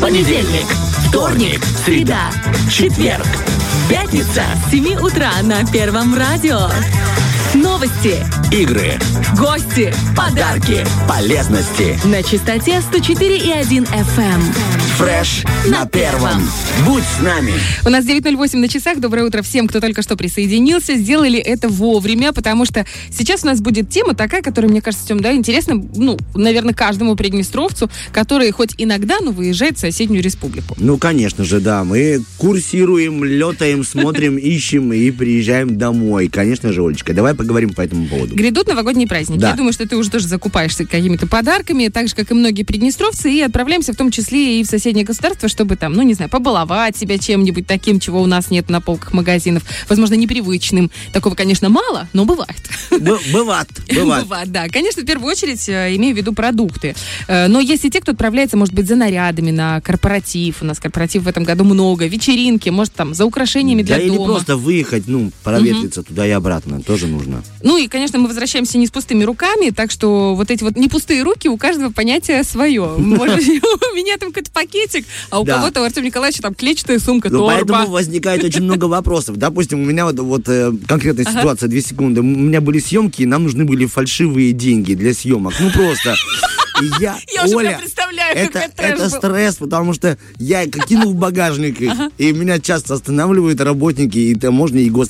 Понедельник, вторник, среда, четверг, пятница с 7 утра на Первом радио. Новости, игры, гости, подарки, полезности. На частоте 104,1 FM. Фреш на первом. Будь с нами. У нас 9:08 на часах. Доброе утро всем, кто только что присоединился. Сделали это вовремя, потому что сейчас у нас будет тема такая, которая, мне кажется, Тём, да, интересна, наверное, каждому приднестровцу, который хоть иногда, но выезжает в соседнюю республику. Ну, конечно же, да. Мы курсируем, летаем, смотрим, ищем и приезжаем домой. Конечно же, Олечка, давай поговорим по этому поводу. Грядут новогодние праздники. Да. Я думаю, что ты уже тоже закупаешься какими-то подарками, так же, как и многие приднестровцы, и отправляемся в том числе и в соседние государства, чтобы там, побаловать себя чем-нибудь таким, чего у нас нет на полках магазинов. Возможно, непривычным. Такого, конечно, мало, но бывает. Бывает. Бывает, да. Конечно, в первую очередь имею в виду продукты. Но есть и те, кто отправляется, может быть, за нарядами на корпоратив. У нас корпоратив в этом году много. Вечеринки, может, там, за украшениями для дома. Да или просто выехать, проветриться туда и обратно. Тоже нужно. И, конечно, мы возвращаемся не с пустыми руками, так что вот эти вот не пустые руки, у каждого понятие свое. Может, у меня там какой-то пакетик, а у кого-то, у Артема Николаевича, там клетчатая сумка, торба. Поэтому возникает очень много вопросов. Допустим, у меня вот конкретная ситуация, 2 секунды. У меня были съемки, и нам нужны были фальшивые деньги для съемок. Просто... Я уже Оля, представляю, как это стресс, потому что я кинул в багажник их, и меня часто останавливают работники и таможни, и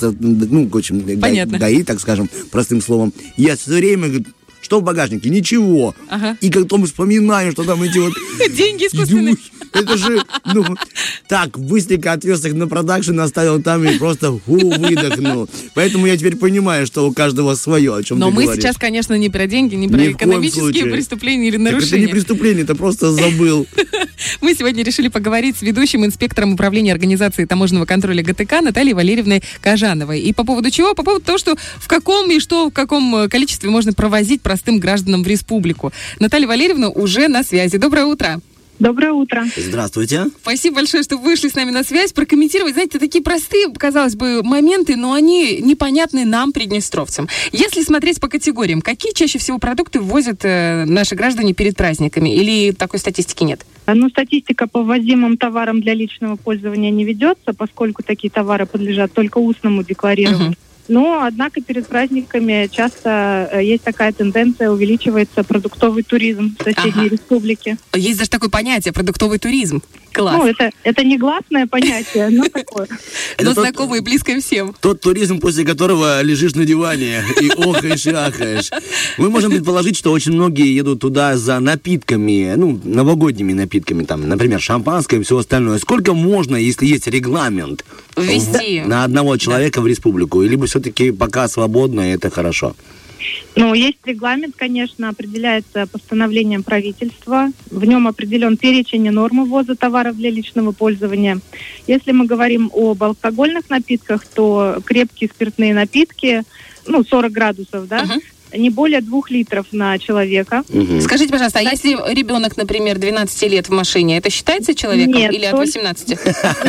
ГАИ, так скажем, простым словом. Я все время говорю, что в багажнике? Ничего. И потом вспоминаю, что там эти вот... Деньги искусственные. Это же, так, быстренько отвез их на продакшн, оставил там и просто выдохнул. Поэтому я теперь понимаю, что у каждого свое, о чем ты говоришь. Но мы сейчас, конечно, не про деньги, не про экономические преступления или нарушения. Так это не преступление, это просто забыл. Мы сегодня решили поговорить с ведущим инспектором управления организации таможенного контроля ГТК Натальей Валерьевной Кожановой. И по поводу чего? По поводу того, что в каком количестве можно провозить простым гражданам в республику. Наталья Валерьевна уже на связи. Доброе утро. Доброе утро. Здравствуйте. Спасибо большое, что вышли с нами на связь. Прокомментировать, знаете, такие простые, казалось бы, моменты, но они непонятны нам, приднестровцам. Если смотреть по категориям, какие чаще всего продукты ввозят наши граждане перед праздниками? Или такой статистики нет? Статистика по ввозимым товарам для личного пользования не ведется, поскольку такие товары подлежат только устному декларированию. Но, однако, перед праздниками часто есть такая тенденция, увеличивается продуктовый туризм в соседней республике. Есть даже такое понятие, продуктовый туризм. Класс. Это негласное понятие, но такое. Но знакомое и близкое всем. Тот туризм, после которого лежишь на диване и охаешь и ахаешь. Мы можем предположить, что очень многие едут туда за напитками, новогодними напитками, там, например, шампанское и все остальное. Сколько можно, если есть регламент, ввести на одного человека в республику? Либо все-таки пока свободно, и это хорошо? Есть регламент, конечно, определяется постановлением правительства. В нем определен перечень и нормы ввоза товаров для личного пользования. Если мы говорим об алкогольных напитках, то крепкие спиртные напитки, 40 градусов, да, не более 2 литров на человека. Скажите, пожалуйста, а если ребенок, например, 12 лет в машине, это считается человеком? Нет, или от 18?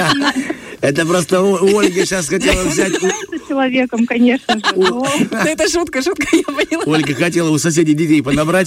Это просто Ольга сейчас хотела взять... человеком, конечно же. Это шутка, я поняла. Ольга хотела у соседей детей подобрать.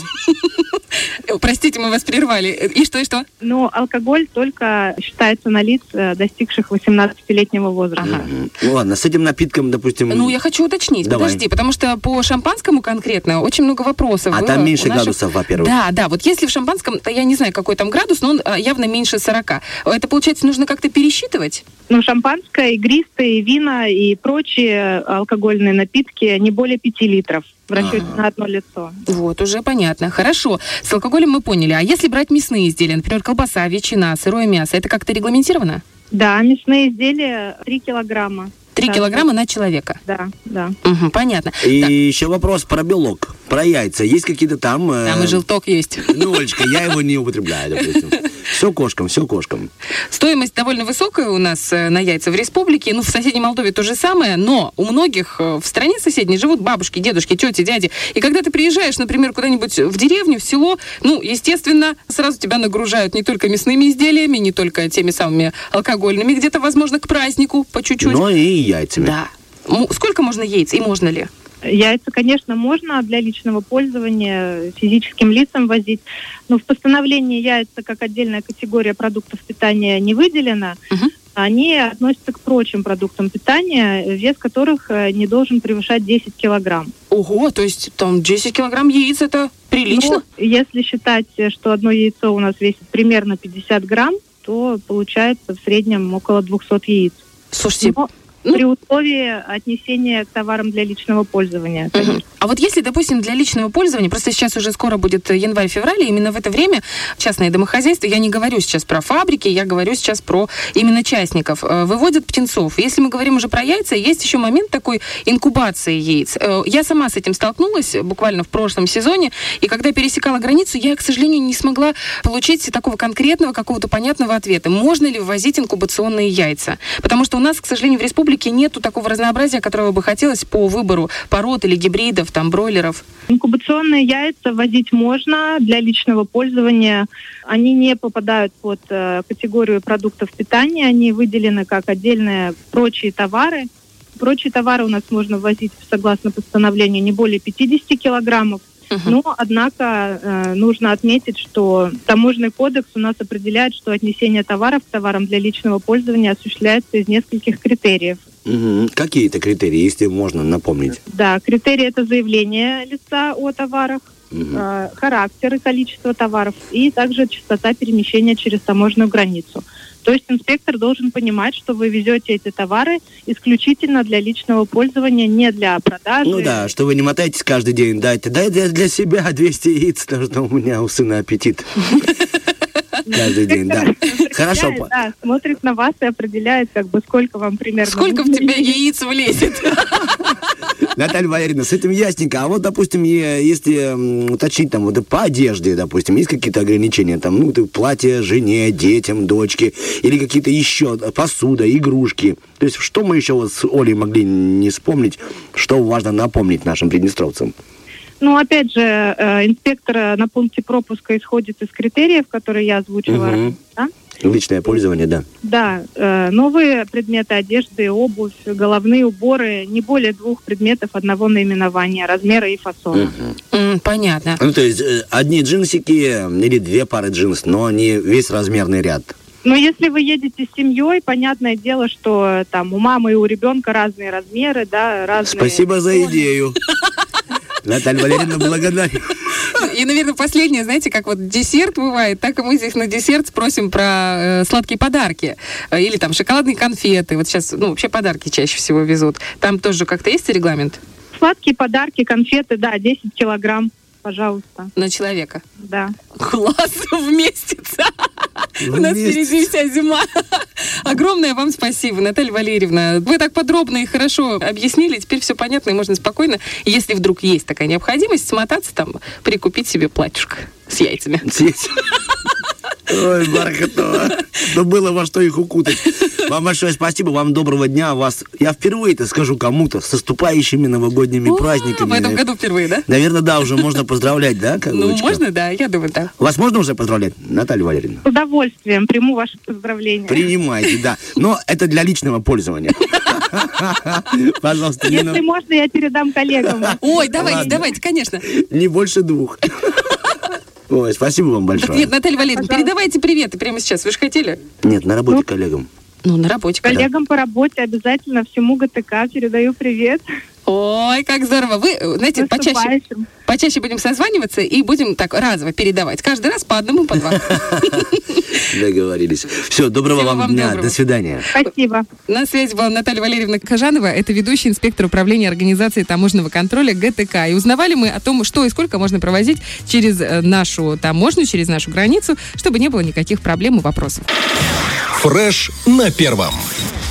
Простите, мы вас прервали. И что? Алкоголь только считается на лиц, достигших 18-летнего возраста. Ладно, с этим напитком, допустим... Я хочу уточнить. Давай. Подожди, потому что по шампанскому конкретно очень много вопросов. А там меньше градусов, во-первых. Да, вот если в шампанском, то я не знаю, какой там градус, но он явно меньше 40. Это, получается, нужно как-то пересчитывать? Шампанское, игристые, вина и прочие алкогольные напитки не более 5 литров. В расчете на одно лицо. Вот, уже понятно. Хорошо. С алкоголем мы поняли. А если брать мясные изделия, например, колбаса, ветчина, сырое мясо, это как-то регламентировано? Да, мясные изделия 3 килограмма. 3 килограмма на человека? Да. Понятно. И еще вопрос про белок, про яйца. Есть какие-то там... Там и желток есть. Олечка, я его не употребляю, допустим. Все кошкам. Стоимость довольно высокая у нас на яйца в республике. В соседней Молдове то же самое, но у многих в стране соседней живут бабушки, дедушки, тети, дяди. И когда ты приезжаешь, например, куда-нибудь в деревню, в село, естественно, сразу тебя нагружают не только мясными изделиями, не только теми самыми алкогольными, где-то, возможно, к празднику по чуть-чуть. Но и яйцами. Да. Сколько можно яиц и можно ли? Яйца, конечно, можно для личного пользования физическим лицам возить, но в постановлении яйца как отдельная категория продуктов питания не выделена. Они относятся к прочим продуктам питания, вес которых не должен превышать 10 килограмм. Ого, то есть там 10 килограмм яиц, это прилично? Ну, если считать, что одно яйцо у нас весит примерно 50 грамм, то получается в среднем около 200 яиц. Слушайте... При условии отнесения к товарам для личного пользования, конечно. А вот если, допустим, для личного пользования, просто сейчас уже скоро будет январь-февраль, и именно в это время частные домохозяйства, я не говорю сейчас про фабрики, я говорю сейчас про именно частников, выводят птенцов. Если мы говорим уже про яйца, есть еще момент такой инкубации яиц. Я сама с этим столкнулась буквально в прошлом сезоне, и когда пересекала границу, я, к сожалению, не смогла получить такого конкретного, какого-то понятного ответа. Можно ли ввозить инкубационные яйца? Потому что у нас, к сожалению, в республике нету такого разнообразия, которого бы хотелось по выбору пород или гибридов, там, бройлеров. Инкубационные яйца ввозить можно для личного пользования. Они не попадают под категорию продуктов питания, они выделены как отдельные прочие товары. Прочие товары у нас можно ввозить, согласно постановлению, не более 50 килограммов. Но, однако, нужно отметить, что таможенный кодекс у нас определяет, что отнесение товаров к товарам для личного пользования осуществляется из нескольких критериев. Какие это критерии, если можно напомнить? Да, критерии — это заявление лица о товарах, характер и количество товаров, и также частота перемещения через таможенную границу. То есть инспектор должен понимать, что вы везете эти товары исключительно для личного пользования, не для продажи. Ну да, что вы не мотаетесь каждый день, дайте для себя 200 яиц, потому что у меня у сына аппетит. Каждый день, да. Хорошо. Да, смотрит на вас и определяет, сколько вам примерно... Сколько в тебя яиц влезет? Наталья Валерьевна, с этим ясненько. А вот, допустим, если уточнить там вот по одежде, допустим, есть какие-то ограничения, там, платье жене, детям, дочке, или какие-то еще посуда, игрушки. То есть, что мы еще вот с Олей могли не вспомнить, что важно напомнить нашим приднестровцам? Ну, опять же, инспектор на пункте пропуска исходит из критериев, которые я озвучила. Да? Личное пользование, да. Да. Новые предметы одежды, обувь, головные уборы, не более 2 предметов одного наименования, размера и фасона. Понятно. Ну, то есть, одни джинсики или 2 пары джинс, но не весь размерный ряд. Но если вы едете с семьей, понятное дело, что там у мамы и у ребенка разные размеры, да, разные... Спасибо за идею. Наталья Валерьевна, благодарю. И, наверное, последнее, знаете, как вот десерт бывает, так и мы здесь на десерт спросим про сладкие подарки. Или там шоколадные конфеты. Вот сейчас, вообще подарки чаще всего везут. Там тоже как-то есть регламент? Сладкие подарки, конфеты, да, 10 килограмм, пожалуйста. На человека? Да. Класс, вместится. У нас впереди вся зима. Огромное вам спасибо, Наталья Валерьевна. Вы так подробно и хорошо объяснили. Теперь все понятно, и можно спокойно, если вдруг есть такая необходимость, смотаться там, прикупить себе платьюшко с яйцами. Ой, бархатово. Но было во что их укутать. Вам большое спасибо, вам доброго дня. Я впервые это скажу кому-то с наступающими новогодними праздниками. В этом году впервые, да? Наверное, да, уже можно поздравлять, да? Можно, да, я думаю, да. Вас можно уже поздравлять, Наталья Валерьевна? С удовольствием приму ваши поздравления. Принимайте, да. Но это для личного пользования. Пожалуйста. Если можно, я передам коллегам. Ой, давайте, конечно. Не больше 2. Ой, спасибо вам большое. Нет, Наталья Валерьевна, передавайте приветы прямо сейчас. Вы же хотели? Нет, на работе коллегам. На работе. Коллегам по работе обязательно всему ГТК передаю привет. Ой, как здорово. Вы, знаете, почаще будем созваниваться и будем так разово передавать. Каждый раз по одному, по 2. Договорились. Все, доброго вам дня. До свидания. Спасибо. На связи была Наталья Валерьевна Кожанова. Это ведущий инспектор управления организации таможенного контроля ГТК. И узнавали мы о том, что и сколько можно провозить через нашу таможню, через нашу границу, чтобы не было никаких проблем и вопросов. Фреш на первом.